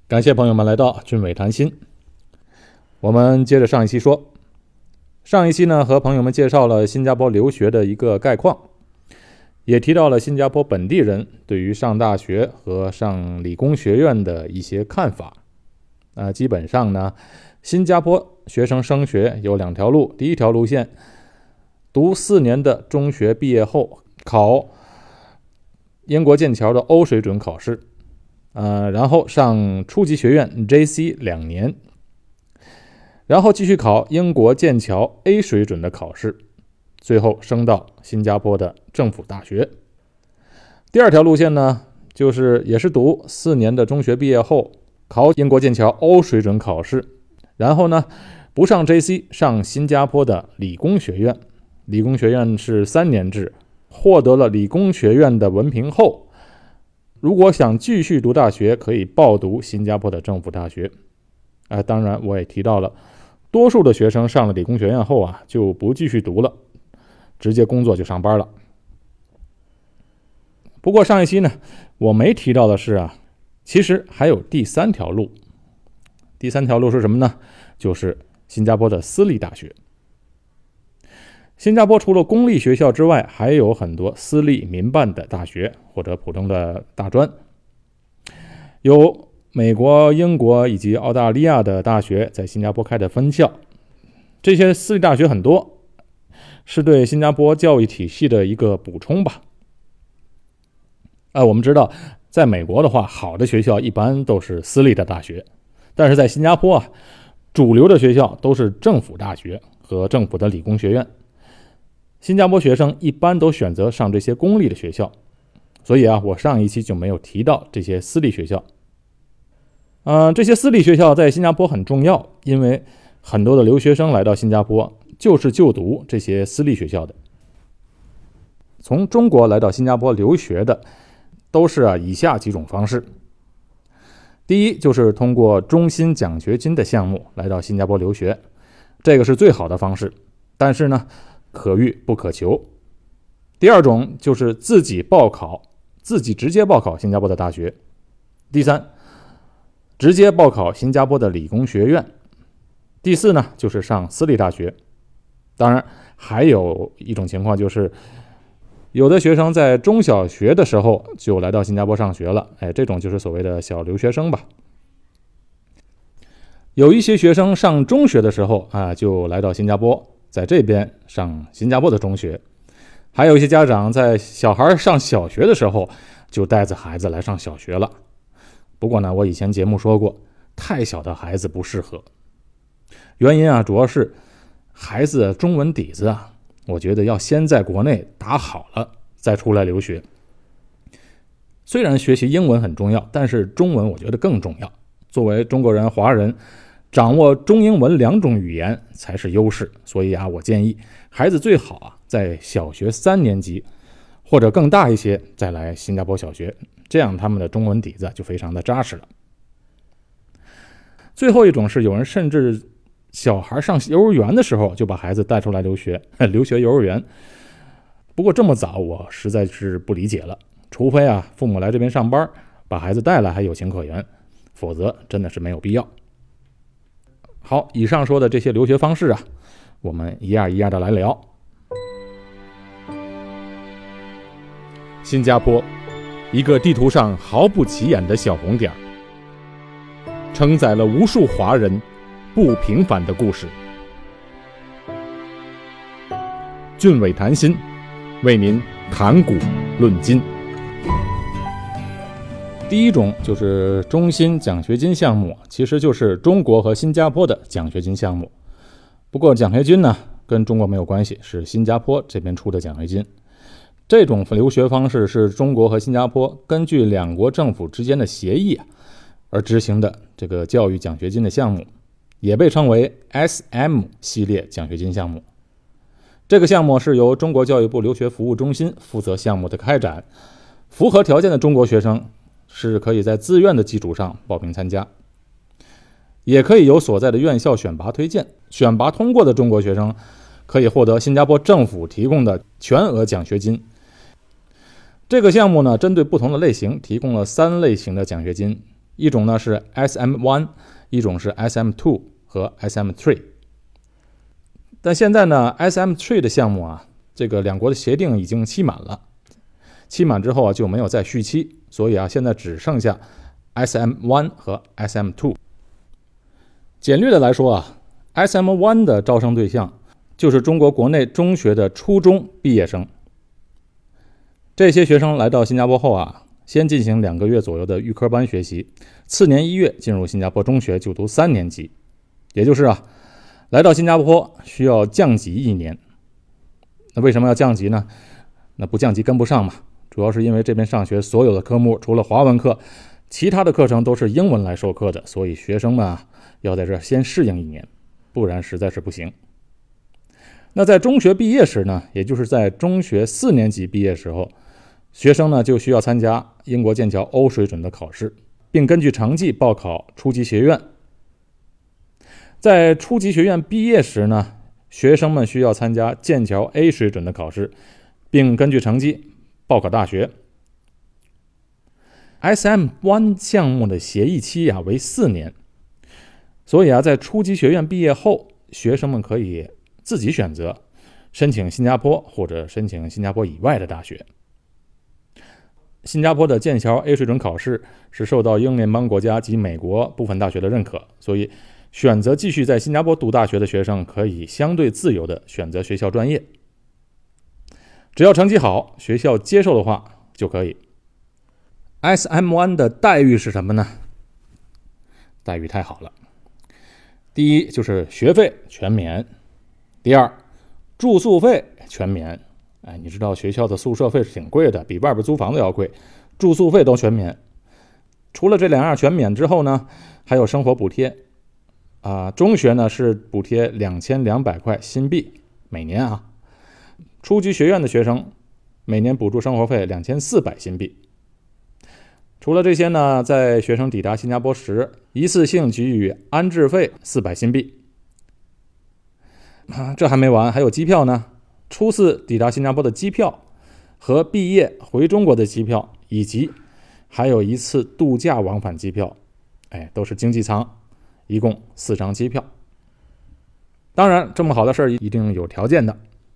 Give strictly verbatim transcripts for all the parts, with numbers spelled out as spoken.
感谢朋友们来到俊伟谈心。我们接着上一期说，上一期呢和朋友们介绍了新加坡留学的一个概况，也提到了新加坡本地人对于上大学和上理工学院的一些看法。呃，基本上呢，新加坡学生升学有两条路，第一条路线，读四年的中学毕业后考英国剑桥的欧水准考试，呃，然后上初级学院 J C 两年，然后继续考英国剑桥 A 水准的考试，最后升到新加坡的政府大学。第二条路线呢，就是也是读四年的中学毕业后考英国剑桥 O 水准考试，然后呢不上 J C， 上新加坡的理工学院。理工学院是三年制，获得了理工学院的文凭后，如果想继续读大学，可以报读新加坡的政府大学。呃、当然我也提到了，多数的学生上了理工学院后啊，就不继续读了，直接工作就上班了。不过上一期呢，我没提到的是啊，其实还有第三条路。第三条路是什么呢？就是新加坡的私立大学。新加坡除了公立学校之外，还有很多私立民办的大学或者普通的大专，有美国、英国以及澳大利亚的大学在新加坡开的分校。这些私立大学很多，是对新加坡教育体系的一个补充吧。啊，我们知道在美国的话，好的学校一般都是私立的大学，但是在新加坡啊，主流的学校都是政府大学和政府的理工学院。新加坡学生一般都选择上这些公立的学校，所以啊，我上一期就没有提到这些私立学校。呃，这些私立学校在新加坡很重要，因为很多的留学生来到新加坡就是就读这些私立学校的。从中国来到新加坡留学的都是啊以下几种方式。第一，就是通过中薪奖学金的项目来到新加坡留学，这个是最好的方式，但是呢可遇不可求。第二种就是自己报考，自己直接报考新加坡的大学。第三，直接报考新加坡的理工学院。第四呢，就是上私立大学。当然还有一种情况，就是有的学生在中小学的时候就来到新加坡上学了，哎，这种就是所谓的小留学生吧。有一些学生上中学的时候啊，就来到新加坡，在这边上新加坡的中学。还有一些家长在小孩上小学的时候就带着孩子来上小学了。不过呢，我以前节目说过，太小的孩子不适合。原因啊，主要是孩子中文底子啊，我觉得要先在国内打好了再出来留学。虽然学习英文很重要，但是中文我觉得更重要。作为中国人、华人，掌握中英文两种语言才是优势。所以啊，我建议孩子最好啊在小学三年级或者更大一些再来新加坡小学，这样他们的中文底子就非常的扎实了。最后一种是有人甚至小孩上幼儿园的时候就把孩子带出来留学，留学幼儿园。不过这么早我实在是不理解了，除非啊父母来这边上班，把孩子带来还有情可原，否则真的是没有必要。好，以上说的这些留学方式啊，我们一样一样的来聊。新加坡，一个地图上毫不起眼的小红点，承载了无数华人不平凡的故事。俊伟谈心，为您谈古论今。第一种就是中薪奖学金项目，其实就是中国和新加坡的奖学金项目。不过奖学金呢跟中国没有关系，是新加坡这边出的奖学金。这种留学方式是中国和新加坡根据两国政府之间的协议而执行的这个教育奖学金的项目，也被称为 S M 系列奖学金项目。这个项目是由中国教育部留学服务中心负责项目的开展，符合条件的中国学生是可以在自愿的基础上报名参加，也可以由所在的院校选拔推荐，选拔通过的中国学生可以获得新加坡政府提供的全额奖学金。这个项目呢，针对不同的类型提供了三类型的奖学金， 一种呢是 S M 一， 一种是 S M 二 和 S M 三。但现在呢 S M 三 的项目啊，这个两国的协定已经期满了，期满之后啊就没有再续期，所以啊现在只剩下 S M 一 和 S M 二。简略的来说啊 S M 一 的招生对象就是中国国内中学的初中毕业生。这些学生来到新加坡后啊，先进行两个月左右的预科班学习，次年一月进入新加坡中学就读三年级，也就是啊，来到新加坡需要降级一年。那为什么要降级呢？那不降级跟不上嘛，主要是因为这边上学所有的科目除了华文课，其他的课程都是英文来授课的，所以学生们啊要在这先适应一年，不然实在是不行。那在中学毕业时呢，也就是在中学四年级毕业时候，学生呢就需要参加英国剑桥 O 水准的考试，并根据成绩报考初级学院。在初级学院毕业时呢，学生们需要参加剑桥 A 水准的考试，并根据成绩报考大学。S M 一 项目的协议期啊为四年，所以啊在初级学院毕业后，学生们可以自己选择申请新加坡或者申请新加坡以外的大学。新加坡的剑桥 A 水准考试是受到英联邦国家及美国部分大学的认可，所以选择继续在新加坡读大学的学生可以相对自由地选择学校专业，只要成绩好，学校接受的话就可以。S M 一 的待遇是什么呢？待遇太好了。第一就是学费全免，第二住宿费全免。哎，你知道学校的宿舍费是挺贵的，比外边租房子要贵，住宿费都全免。除了这两样全免之后呢，还有生活补贴啊、呃，中学呢是补贴两千两百块新币每年啊，初级学院的学生每年补助生活费两千四百新币。除了这些呢，在学生抵达新加坡时，一次性给予安置费四百新币。啊，这还没完，还有机票呢。初次抵达新加坡的机票和毕业回中国的机票，以及还有一次度假往返机票，哎，都是经济舱，一共四张机票。当然，这么好的事儿一定有条件的。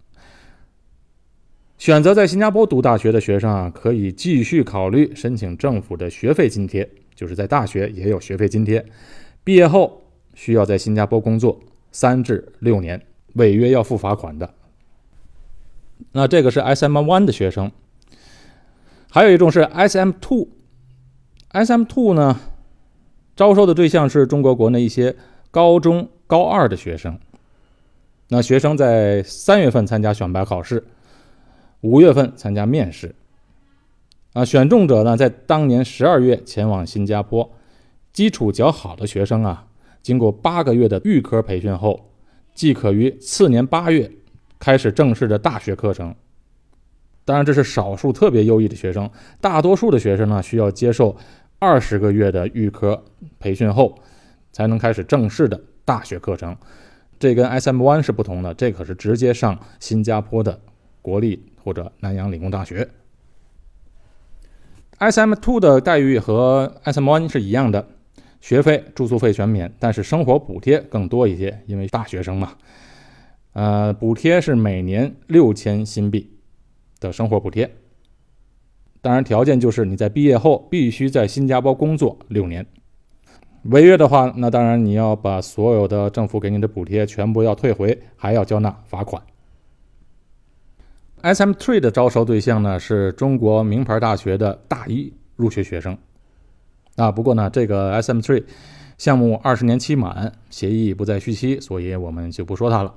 选择在新加坡读大学的学生啊，可以继续考虑申请政府的学费津贴，就是在大学也有学费津贴。毕业后需要在新加坡工作三至六年，违约要付罚款的。那这个是 S M 一 的学生，还有一种是 S M 二。S M 二 呢，招收的对象是中国国内一些高中高二的学生。那学生在三月份参加选拔考试，五月份参加面试。啊，选中者呢，在当年十二月前往新加坡。基础较好的学生啊，经过八个月的预科培训后，即可于次年八月开始正式的大学课程。当然这是少数特别优异的学生，大多数的学生呢需要接受二十个月的预科培训后才能开始正式的大学课程。这跟 S M 一 是不同的，这可是直接上新加坡的国立或者南洋理工大学。S M 二 的待遇和 S M 一 是一样的，学费住宿费全免，但是生活补贴更多一些，因为大学生嘛。呃，补贴是每年六千新币的生活补贴，当然条件就是你在毕业后必须在新加坡工作六年。违约的话，那当然你要把所有的政府给你的补贴全部要退回，还要交纳罚款。S M 三 的招收对象呢是中国名牌大学的大一入学学生啊。不过呢，这个 S M 三 项目二十年期满，协议不再续期，所以我们就不说它了。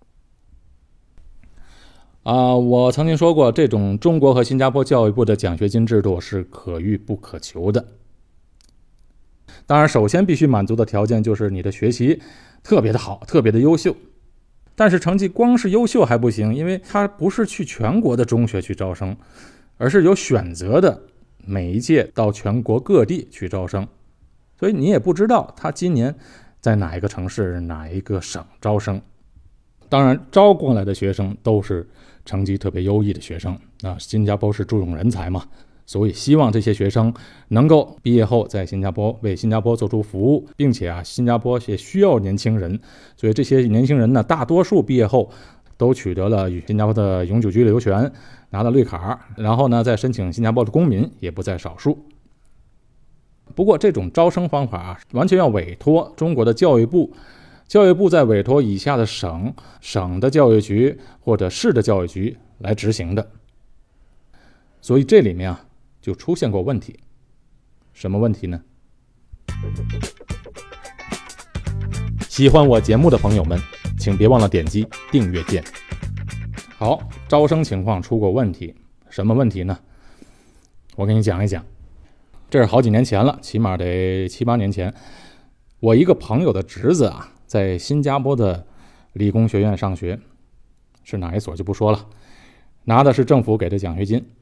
啊，我曾经说过，这种中国和新加坡教育部的奖学金制度是可遇不可求的。当然，首先必须满足的条件就是你的学习特别的好，特别的优秀。但是成绩光是优秀还不行，因为它不是去全国的中学去招生，而是有选择的每一届到全国各地去招生，所以你也不知道他今年在哪一个城市、哪一个省招生。当然，招过来的学生都是成绩特别优异的学生啊，新加坡是注重人才嘛， 所以希望这些学生能够毕业后在新加坡为新加坡做出服务，并且啊，新加坡也需要年轻人，所以这些年轻人呢，大多数毕业后都取得了与新加坡的永久居留权，拿了绿卡，然后呢再申请新加坡的公民也不在少数。不过这种招生方法啊，完全要委托中国的教育部，教育部再委托以下的省、省的教育局或者市的教育局来执行的。所以这里面啊就出现过问题。什么问题呢？喜欢我节目的朋友们，请别忘了点击订阅键。好，招生情况出过问题，什么问题呢？我给你讲一讲。这是好几年前了，起码得七八年前。我一个朋友的侄子啊，在新加坡的理工学院上学，是哪一所就不说了，拿的是政府给的奖学金。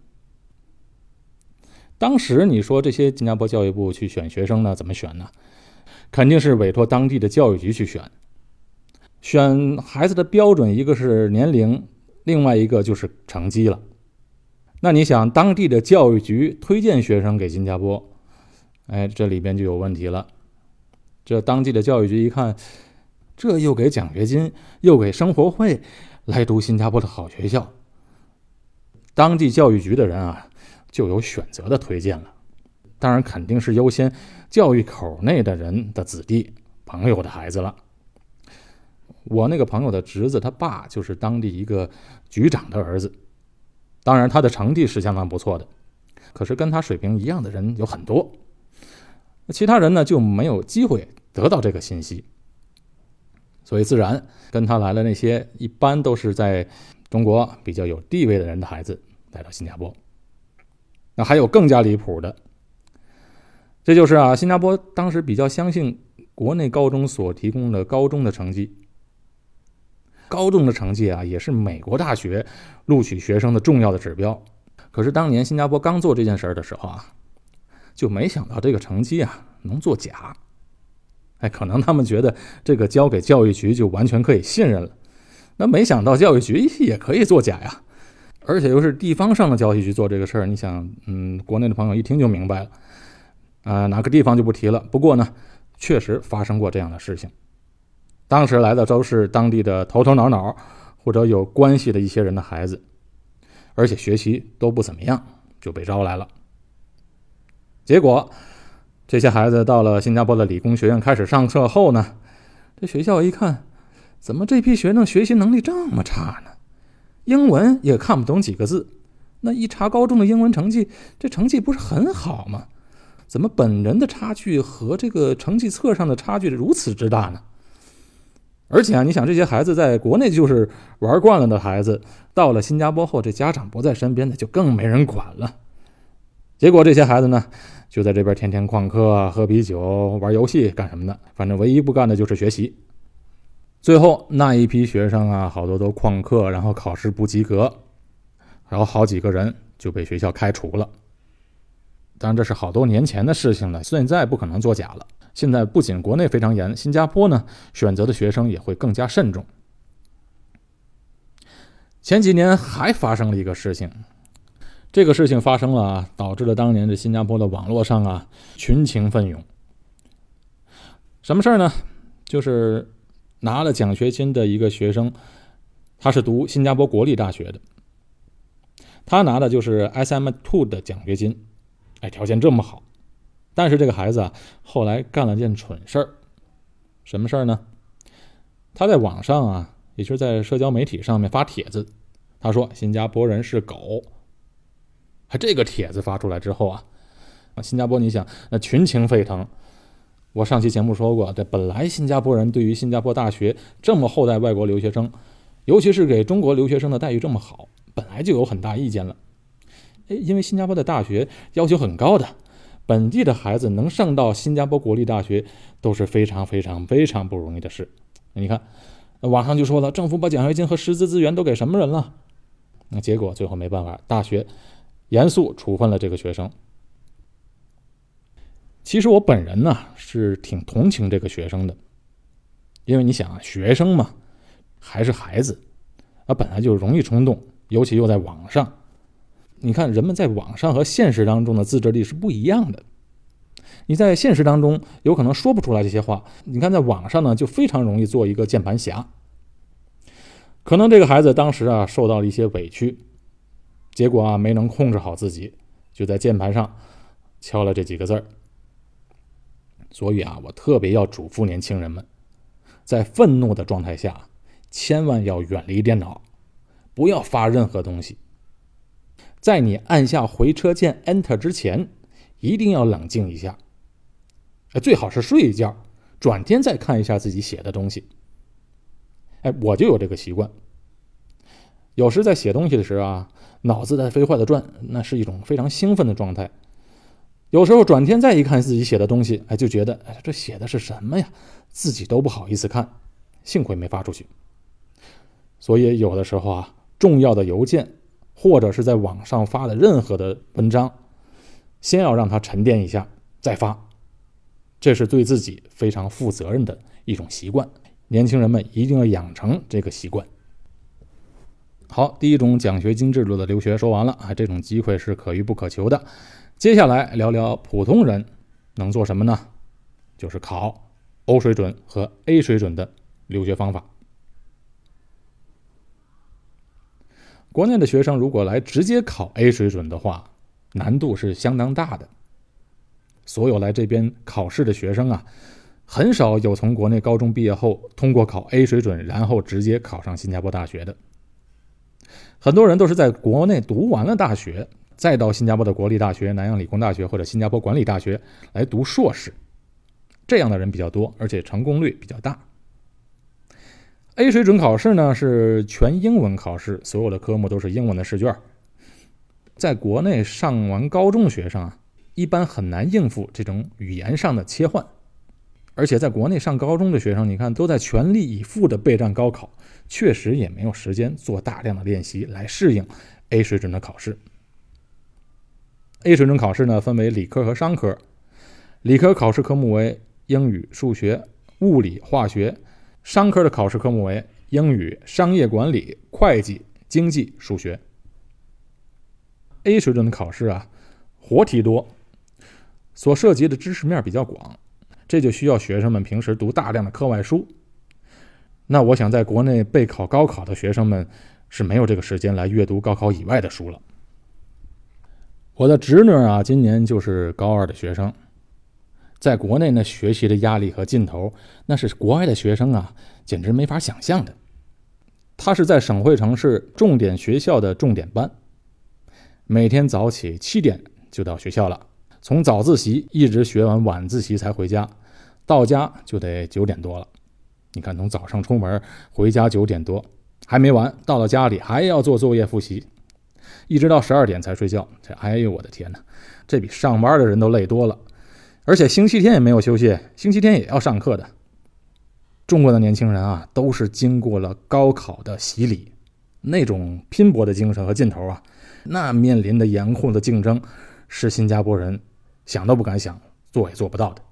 当时你说这些新加坡教育部去选学生呢，怎么选呢？肯定是委托当地的教育局去选。选孩子的标准，一个是年龄，另外一个就是成绩了。那你想，当地的教育局推荐学生给新加坡，哎，这里边就有问题了。这当地的教育局一看，这又给奖学金，又给生活费，来读新加坡的好学校，当地教育局的人啊，就有选择的推荐了。当然肯定是优先教育口内的人的子弟朋友的孩子了。我那个朋友的侄子，他爸就是当地一个局长的儿子，当然他的成绩是相当不错的，可是跟他水平一样的人有很多，其他人呢就没有机会得到这个信息，所以自然跟他来了那些一般都是在中国比较有地位的人的孩子来到新加坡。那还有更加离谱的，这就是啊，新加坡当时比较相信国内高中所提供的高中的成绩。高中的成绩啊，也是美国大学录取学生的重要的指标。可是当年新加坡刚做这件事的时候啊，就没想到这个成绩啊能作假。哎，可能他们觉得这个交给教育局就完全可以信任了，那没想到教育局也可以作假呀，而且又是地方上的教育局做这个事儿。你想，嗯，国内的朋友一听就明白了，啊、呃，哪个地方就不提了。不过呢，确实发生过这样的事情。当时来的都是当地的头头脑脑或者有关系的一些人的孩子，而且学习都不怎么样，就被招来了。结果这些孩子到了新加坡的理工学院开始上课后呢，这学校一看，怎么这批学生学习能力这么差呢？英文也看不懂几个字，那一查高中的英文成绩，这成绩不是很好吗？怎么本人的差距和这个成绩册上的差距如此之大呢？而且啊，你想这些孩子在国内就是玩惯了的孩子，到了新加坡后，这家长不在身边的就更没人管了。结果这些孩子呢，就在这边天天旷课、喝啤酒、玩游戏干什么的，反正唯一不干的就是学习。最后那一批学生啊，好多都旷课，然后考试不及格，然后好几个人就被学校开除了。当然这是好多年前的事情了，现在不可能作假了。现在不仅国内非常严，新加坡呢选择的学生也会更加慎重。前几年还发生了一个事情，这个事情发生了啊，导致了当年这新加坡的网络上啊群情奋涌。什么事呢？就是拿了奖学金的一个学生，他是读新加坡国立大学的，他拿的就是 S M 二 的奖学金，哎，条件这么好。但是这个孩子啊，后来干了件蠢事儿。什么事儿呢？他在网上啊，也就是在社交媒体上面发帖子，他说新加坡人是狗。这个帖子发出来之后啊，新加坡你想那群情沸腾。我上期节目说过，这本来新加坡人对于新加坡大学这么厚待外国留学生，尤其是给中国留学生的待遇这么好，本来就有很大意见了。因为新加坡的大学要求很高的，本地的孩子能上到新加坡国立大学都是非常非常非常不容易的事。你看网上就说了，政府把奖学金和师资资源都给什么人了？那结果最后没办法，大学严肃处分了这个学生。其实我本人呢是挺同情这个学生的，因为你想啊，学生嘛，还是孩子，啊本来就容易冲动，尤其又在网上。 你看人们在网上和现实当中的自制力是不一样的。你在现实当中有可能说不出来这些话，你看在网上呢就非常容易做一个键盘侠。可能这个孩子当时啊受到了一些委屈，结果啊没能控制好自己，就在键盘上敲了这几个字儿。所以啊我特别要嘱咐年轻人们，在愤怒的状态下千万要远离电脑，不要发任何东西。在你按下回车键 Enter 之前，一定要冷静一下，最好是睡一觉，转天再看一下自己写的东西。哎，我就有这个习惯。有时在写东西的时候啊，脑子在飞快的转，那是一种非常兴奋的状态。有时候转天再一看自己写的东西，哎，就觉得哎，这写的是什么呀？自己都不好意思看，幸亏没发出去。所以有的时候啊，重要的邮件或者是在网上发的任何的文章，先要让它沉淀一下再发，这是对自己非常负责任的一种习惯。年轻人们一定要养成这个习惯。好，第一种奖学金制度的留学说完了啊，这种机会是可遇不可求的。接下来聊聊普通人能做什么呢？就是考 O 水准和 A 水准的留学方法。国内的学生如果来直接考 A 水准的话，难度是相当大的。所有来这边考试的学生啊，很少有从国内高中毕业后通过考 A 水准然后直接考上新加坡大学的。很多人都是在国内读完了大学，再到新加坡的国立大学、南洋理工大学或者新加坡管理大学来读硕士，这样的人比较多，而且成功率比较大。A 水准考试呢是全英文考试，所有的科目都是英文的试卷。在国内上完高中的学生啊，一般很难应付这种语言上的切换，而且在国内上高中的学生，你看都在全力以赴的备战高考，确实也没有时间做大量的练习来适应 A 水准的考试。A 水准考试呢分为理科和商科，理科考试科目为英语、数学、物理、化学，商科的考试科目为英语、商业管理、会计、经济、数学。A 水准的考试啊，活题多，所涉及的知识面比较广，这就需要学生们平时读大量的课外书。那我想在国内备考高考的学生们是没有这个时间来阅读高考以外的书了。我的侄女啊，今年就是高二的学生，在国内呢学习的压力和劲头，那是国外的学生啊简直没法想象的。他是在省会城市重点学校的重点班，每天早起七点就到学校了，从早自习一直学完晚自习才回家，到家就得九点多了。你看，从早上出门回家九点多还没完，到了家里还要做作业复习，一直到十二点才睡觉。这哎呦我的天哪，这比上班的人都累多了。而且星期天也没有休息，星期天也要上课的。中国的年轻人啊，都是经过了高考的洗礼，那种拼搏的精神和劲头啊，那面临的严酷的竞争是新加坡人想都不敢想，做也做不到的。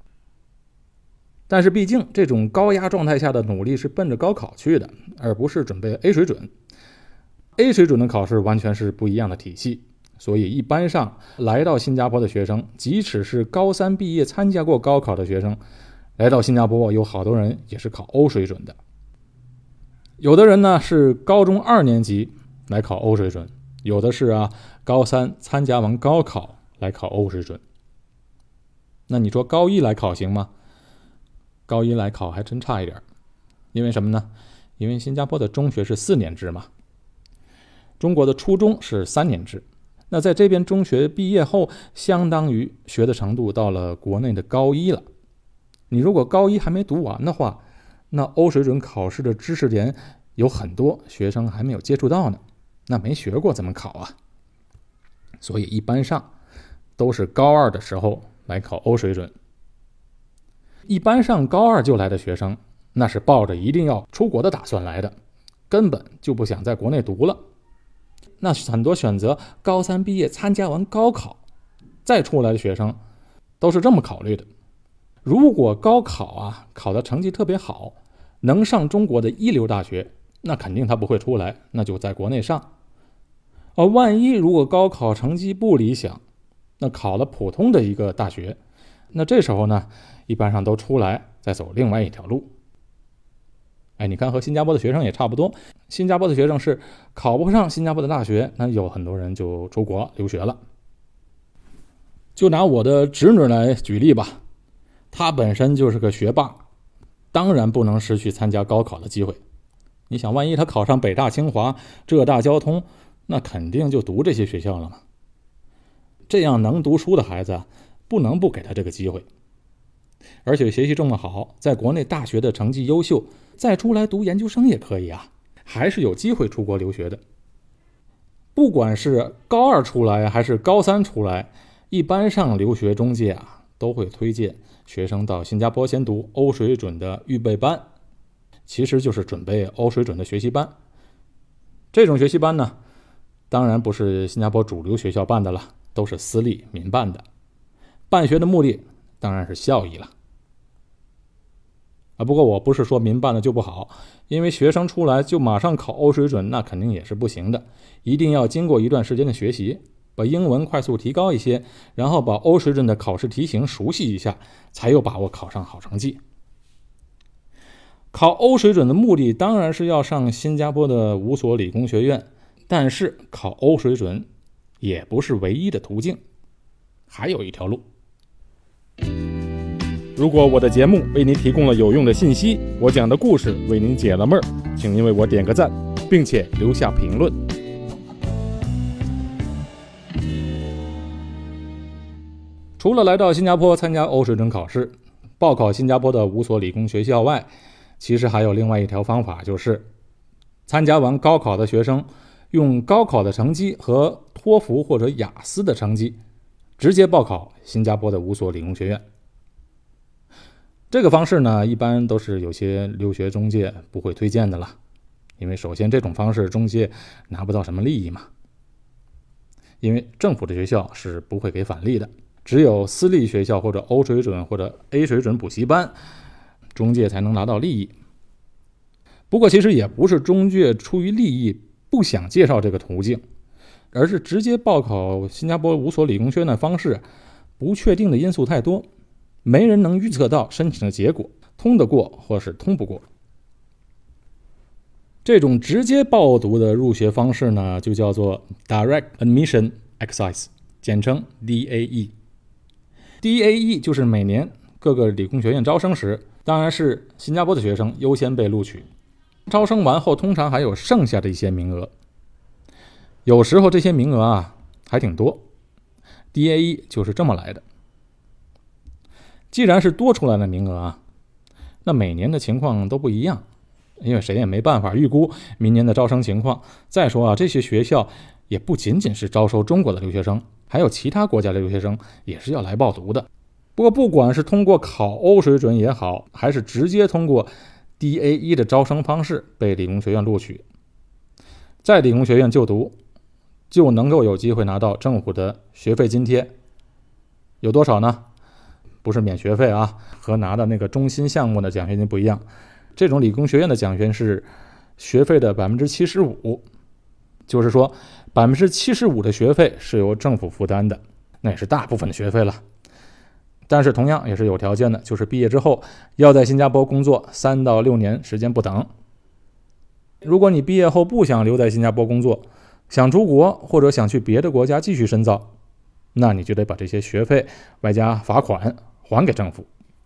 但是毕竟这种高压状态下的努力是奔着高考去的，而不是准备 A 水准。A 水准的考试完全是不一样的体系，所以一般上来到新加坡的学生，即使是高三毕业参加过高考的学生，来到新加坡有好多人也是考 O 水准的。有的人呢是高中二年级来考 O 水准，有的是啊高三参加完高考来考 O 水准。那你说高一来考行吗？高一来考还真差一点，因为什么呢？因为新加坡的中学是四年制嘛，中国的初中是三年制。那在这边中学毕业后，相当于学的程度到了国内的高一了。你如果高一还没读完的话，那 O 水准考试的知识点有很多学生还没有接触到呢，那没学过怎么考啊？所以一般上都是高二的时候来考 O 水准。一般上高二就来的学生，那是抱着一定要出国的打算来的，根本就不想在国内读了。那很多选择高三毕业参加完高考再出来的学生都是这么考虑的。如果高考啊考的成绩特别好，能上中国的一流大学，那肯定他不会出来，那就在国内上。 而万一如果高考成绩不理想，那考了普通的一个大学，那这时候呢，一般上都出来再走另外一条路。哎，你看和新加坡的学生也差不多，新加坡的学生是考不上新加坡的大学，那有很多人就出国留学了。就拿我的侄女来举例吧，她本身就是个学霸，当然不能失去参加高考的机会。你想，万一她考上北大清华浙大交通，那肯定就读这些学校了嘛。这样能读书的孩子不能不给他这个机会，而且学习这么好，在国内大学的成绩优秀，再出来读研究生也可以啊，还是有机会出国留学的。不管是高二出来还是高三出来，一般上留学中介啊都会推荐学生到新加坡先读欧水准的预备班，其实就是准备欧水准的学习班。这种学习班呢，当然不是新加坡主流学校办的了，都是私立民办的。办学的目的当然是效益了。啊，不过我不是说民办的就不好，因为学生出来就马上考欧水准，那肯定也是不行的，一定要经过一段时间的学习，把英文快速提高一些，然后把欧水准的考试题型熟悉一下，才有把握考上好成绩。考欧水准的目的当然是要上新加坡的五所理工学院，但是考欧水准也不是唯一的途径，还有一条路。如果我的节目为您提供了有用的信息，我讲的故事为您解了闷儿，请您为我点个赞，并且留下评论。除了来到新加坡参加欧水准考试，报考新加坡的五所理工学校外，其实还有另外一条方法，就是参加完高考的学生用高考的成绩和托福或者雅思的成绩直接报考新加坡的五所理工学院。这个方式呢，一般都是有些留学中介不会推荐的了，因为首先这种方式中介拿不到什么利益嘛，因为政府的学校是不会给返利的，只有私立学校或者欧水准或者 A 水准补习班，中介才能拿到利益。不过其实也不是中介出于利益不想介绍这个途径，而是直接报考新加坡五所理工学院的方式不确定的因素太多，没人能预测到申请的结果，通得过或是通不过。这种直接报读的入学方式呢，就叫做 Direct Admission Exercise， 简称 D A E。D A E 就是每年各个理工学院招生时，当然是新加坡的学生优先被录取，招生完后通常还有剩下的一些名额，有时候这些名额啊还挺多。 D A E 就是这么来的。既然是多出来的名额啊，那每年的情况都不一样，因为谁也没办法预估明年的招生情况。再说啊，这些学校也不仅仅是招收中国的留学生，还有其他国家的留学生也是要来报读的。不过不管是通过考欧水准也好，还是直接通过 D A E 的招生方式被理工学院录取，在理工学院就读就能够有机会拿到政府的学费津贴。有多少呢？不是免学费啊，和拿的那个中心项目的奖学金不一样。这种理工学院的奖学金是学费的 百分之七十五， 就是说 百分之七十五 的学费是由政府负担的，那也是大部分的学费了。但是同样也是有条件的，就是毕业之后要在新加坡工作三到六年，时间不等。如果你毕业后不想留在新加坡工作，想出国或者想去别的国家继续深造，那你就得把这些学费外加罚款还给政府。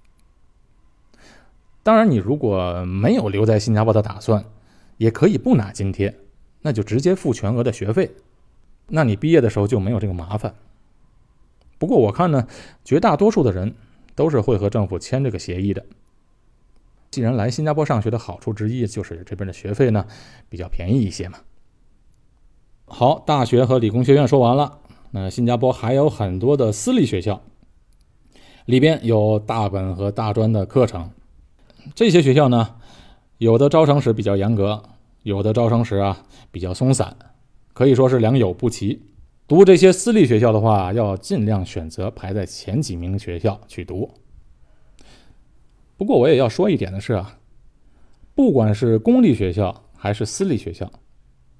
当然你如果没有留在新加坡的打算，也可以不拿津贴，那就直接付全额的学费，那你毕业的时候就没有这个麻烦。不过我看呢，绝大多数的人都是会和政府签这个协议的。既然来新加坡上学的好处之一就是这边的学费呢比较便宜一些嘛。好，大学和理工学院说完了，那新加坡还有很多的私立学校，里边有大本和大专的课程。这些学校呢，有的招生时比较严格，有的招生时啊比较松散，可以说是良莠不齐。读这些私立学校的话，要尽量选择排在前几名的学校去读。不过我也要说一点的是啊，不管是公立学校还是私立学校，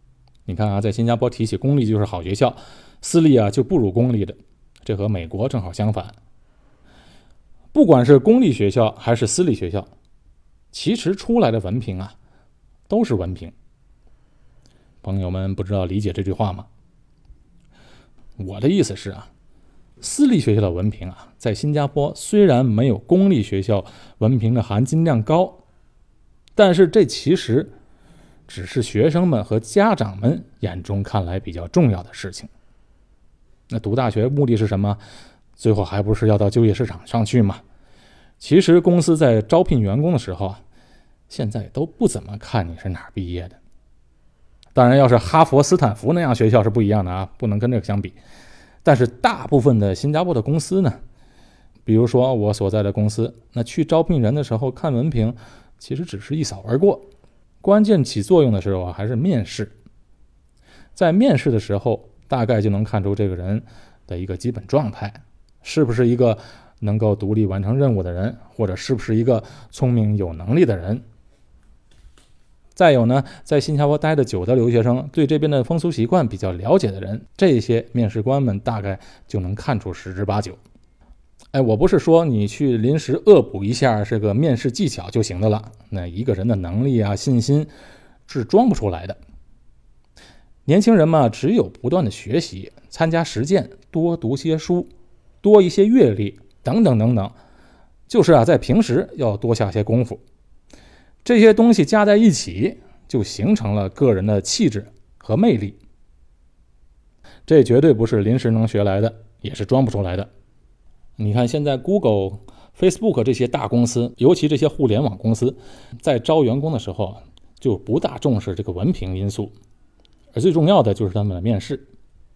你看啊，在新加坡提起公立就是好学校，私立啊就不如公立的，这和美国正好相反。不管是公立学校还是私立学校，其实出来的文凭啊都是文凭。朋友们不知道理解这句话吗？我的意思是啊，私立学校的文凭啊，在新加坡虽然没有公立学校文凭的含金量高，但是这其实只是学生们和家长们眼中看来比较重要的事情。那读大学目的是什么？最后还不是要到就业市场上去吗？其实公司在招聘员工的时候啊，现在都不怎么看你是哪儿毕业的。当然要是哈佛、斯坦福那样学校是不一样的啊，不能跟这个相比。但是大部分的新加坡的公司呢，比如说我所在的公司，那去招聘人的时候看文凭其实只是一扫而过，关键起作用的时候啊还是面试。在面试的时候大概就能看出这个人的一个基本状态，是不是一个能够独立完成任务的人，或者是不是一个聪明有能力的人。再有呢，在新加坡待得久的留学生，对这边的风俗习惯比较了解的人，这些面试官们大概就能看出十之八九。哎，我不是说你去临时恶补一下这个面试技巧就行的了，那一个人的能力啊、信心是装不出来的。年轻人嘛，只有不断的学习、参加实践、多读些书、多一些阅历等等等等，就是啊，在平时要多下些功夫。这些东西加在一起，就形成了个人的气质和魅力。这绝对不是临时能学来的，也是装不出来的。你看现在 Google、Facebook 这些大公司，尤其这些互联网公司，在招员工的时候就不大重视这个文凭因素，而最重要的就是他们的面试。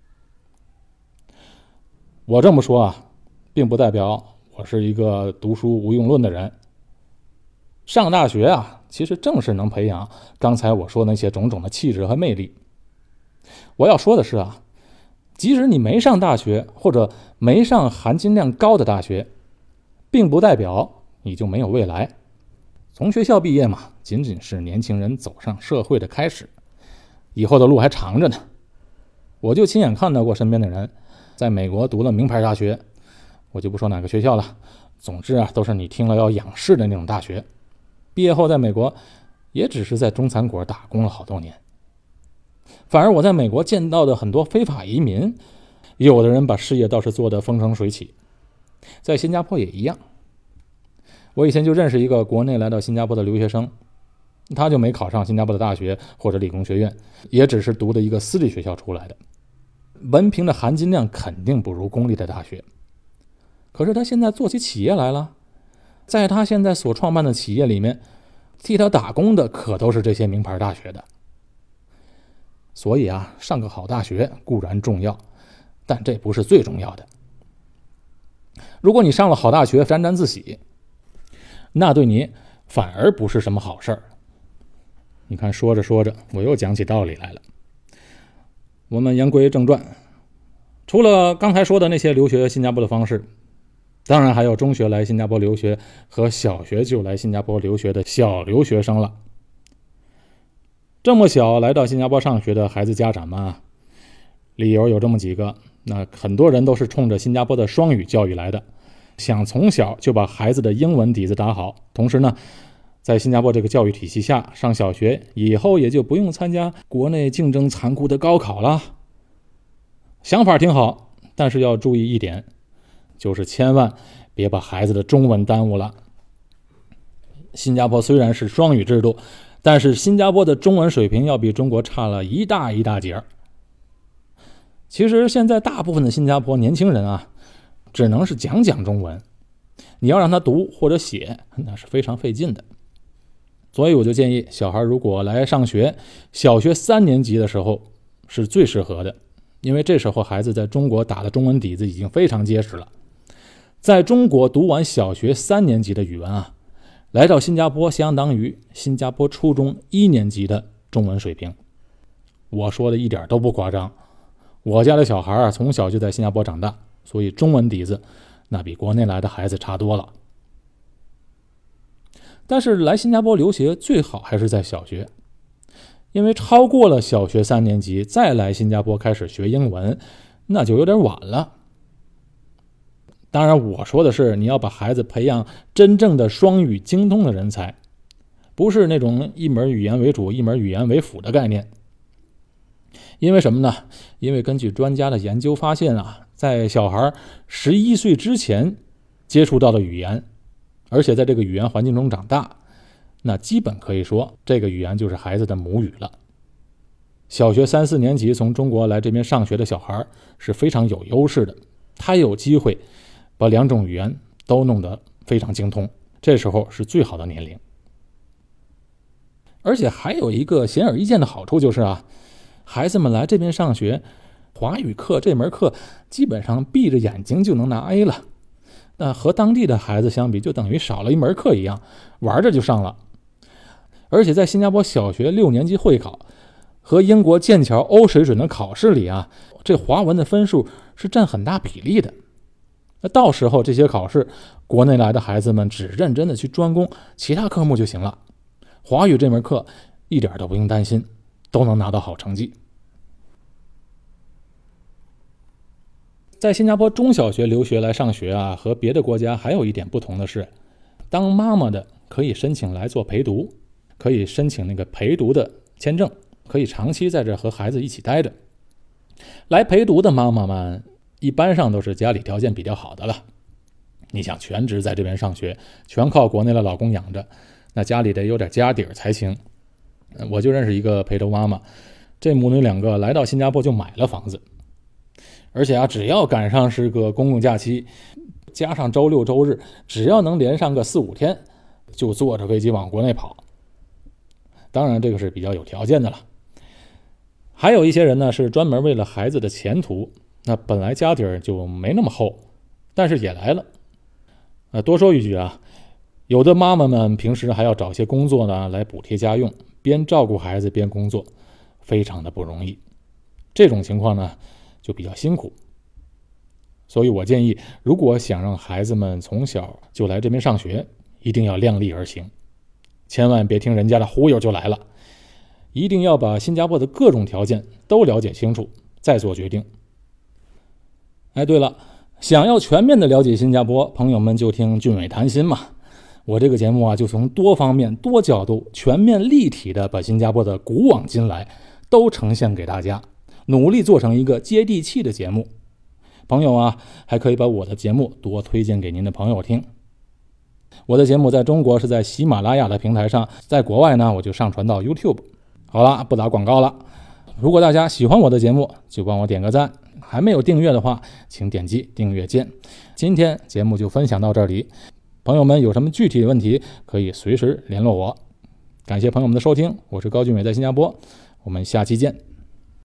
我这么说啊，并不代表我是一个读书无用论的人。上大学啊，其实正是能培养刚才我说那些种种的气质和魅力。我要说的是啊，即使你没上大学，或者没上含金量高的大学，并不代表你就没有未来。从学校毕业嘛，仅仅是年轻人走上社会的开始，以后的路还长着呢。我就亲眼看到过身边的人在美国读了名牌大学，我就不说哪个学校了，总之啊，都是你听了要仰视的那种大学。毕业后在美国也只是在中餐馆打工了好多年。反而我在美国见到的很多非法移民，有的人把事业倒是做得风生水起。在新加坡也一样，我以前就认识一个国内来到新加坡的留学生，他就没考上新加坡的大学或者理工学院，也只是读的一个私立学校出来的，文凭的含金量肯定不如公立的大学。可是他现在做起企业来了，在他现在所创办的企业里面，替他打工的可都是这些名牌大学的。所以啊，上个好大学固然重要，但这不是最重要的。如果你上了好大学沾沾自喜，那对你反而不是什么好事儿。你看，说着说着我又讲起道理来了。我们言归正传，除了刚才说的那些留学新加坡的方式，当然还有中学来新加坡留学和小学就来新加坡留学的小留学生了。这么小来到新加坡上学的孩子家长们，理由有这么几个。那很多人都是冲着新加坡的双语教育来的，想从小就把孩子的英文底子打好，同时呢，在新加坡这个教育体系下上小学以后也就不用参加国内竞争残酷的高考了。想法挺好，但是要注意一点，就是千万别把孩子的中文耽误了。新加坡虽然是双语制度，但是新加坡的中文水平要比中国差了一大一大截。其实现在大部分的新加坡年轻人啊，只能是讲讲中文，你要让他读或者写，那是非常费劲的。所以我就建议小孩如果来上学，小学三年级的时候是最适合的，因为这时候孩子在中国打的中文底子已经非常结实了。在中国读完小学三年级的语文啊，来到新加坡相当于新加坡初中一年级的中文水平。我说的一点都不夸张，我家的小孩啊，从小就在新加坡长大，所以中文底子那比国内来的孩子差多了。但是来新加坡留学最好还是在小学， 因为超过了小学三年级再来新加坡开始学英文，那就有点晚了。当然我说的是你要把孩子培养真正的双语精通的人才，不是那种一门语言为主一门语言为辅的概念。因为什么呢？因为根据专家的研究发现啊，在小孩十一岁之前接触到的语言，而且在这个语言环境中长大，那基本可以说这个语言就是孩子的母语了。小学三四年级从中国来这边上学的小孩是非常有优势的，他有机会把两种语言都弄得非常精通，这时候是最好的年龄。而且还有一个显而易见的好处就是啊，孩子们来这边上学，华语课这门课基本上闭着眼睛就能拿 A 了，那和当地的孩子相比就等于少了一门课一样，玩着就上了。而且在新加坡小学六年级会考和英国剑桥 O 水准的考试里啊，这华文的分数是占很大比例的。那到时候这些考试，国内来的孩子们只认真的去专攻其他科目就行了，华语这门课一点都不用担心，都能拿到好成绩。在新加坡中小学留学来上学啊，和别的国家还有一点不同的是，当妈妈的可以申请来做陪读，可以申请那个陪读的签证，可以长期在这和孩子一起待着。来陪读的妈妈们一般上都是家里条件比较好的了，你想全职在这边上学，全靠国内的老公养着，那家里得有点家底儿才行。我就认识一个陪读妈妈，这母女两个来到新加坡就买了房子，而且啊，只要赶上是个公共假期，加上周六周日，只要能连上个四五天，就坐着飞机往国内跑。当然这个是比较有条件的了。还有一些人呢是专门为了孩子的前途，那本来家底儿就没那么厚，但是也来了。呃，多说一句啊，有的妈妈们平时还要找些工作呢来补贴家用，边照顾孩子边工作，非常的不容易。这种情况呢就比较辛苦。所以我建议，如果想让孩子们从小就来这边上学，一定要量力而行，千万别听人家的忽悠就来了，一定要把新加坡的各种条件都了解清楚，再做决定。哎，对了，想要全面的了解新加坡，朋友们就听俊伟谈心嘛。我这个节目啊，就从多方面、多角度、全面立体的把新加坡的古往今来都呈现给大家，努力做成一个接地气的节目。朋友啊，还可以把我的节目多推荐给您的朋友听。我的节目在中国是在喜马拉雅的平台上，在国外呢，我就上传到 YouTube。好了，不打广告了。如果大家喜欢我的节目，就帮我点个赞。还没有订阅的话，请点击订阅键。今天节目就分享到这里，朋友们有什么具体的问题，可以随时联络我。感谢朋友们的收听，我是高俊伟，在新加坡，我们下期见。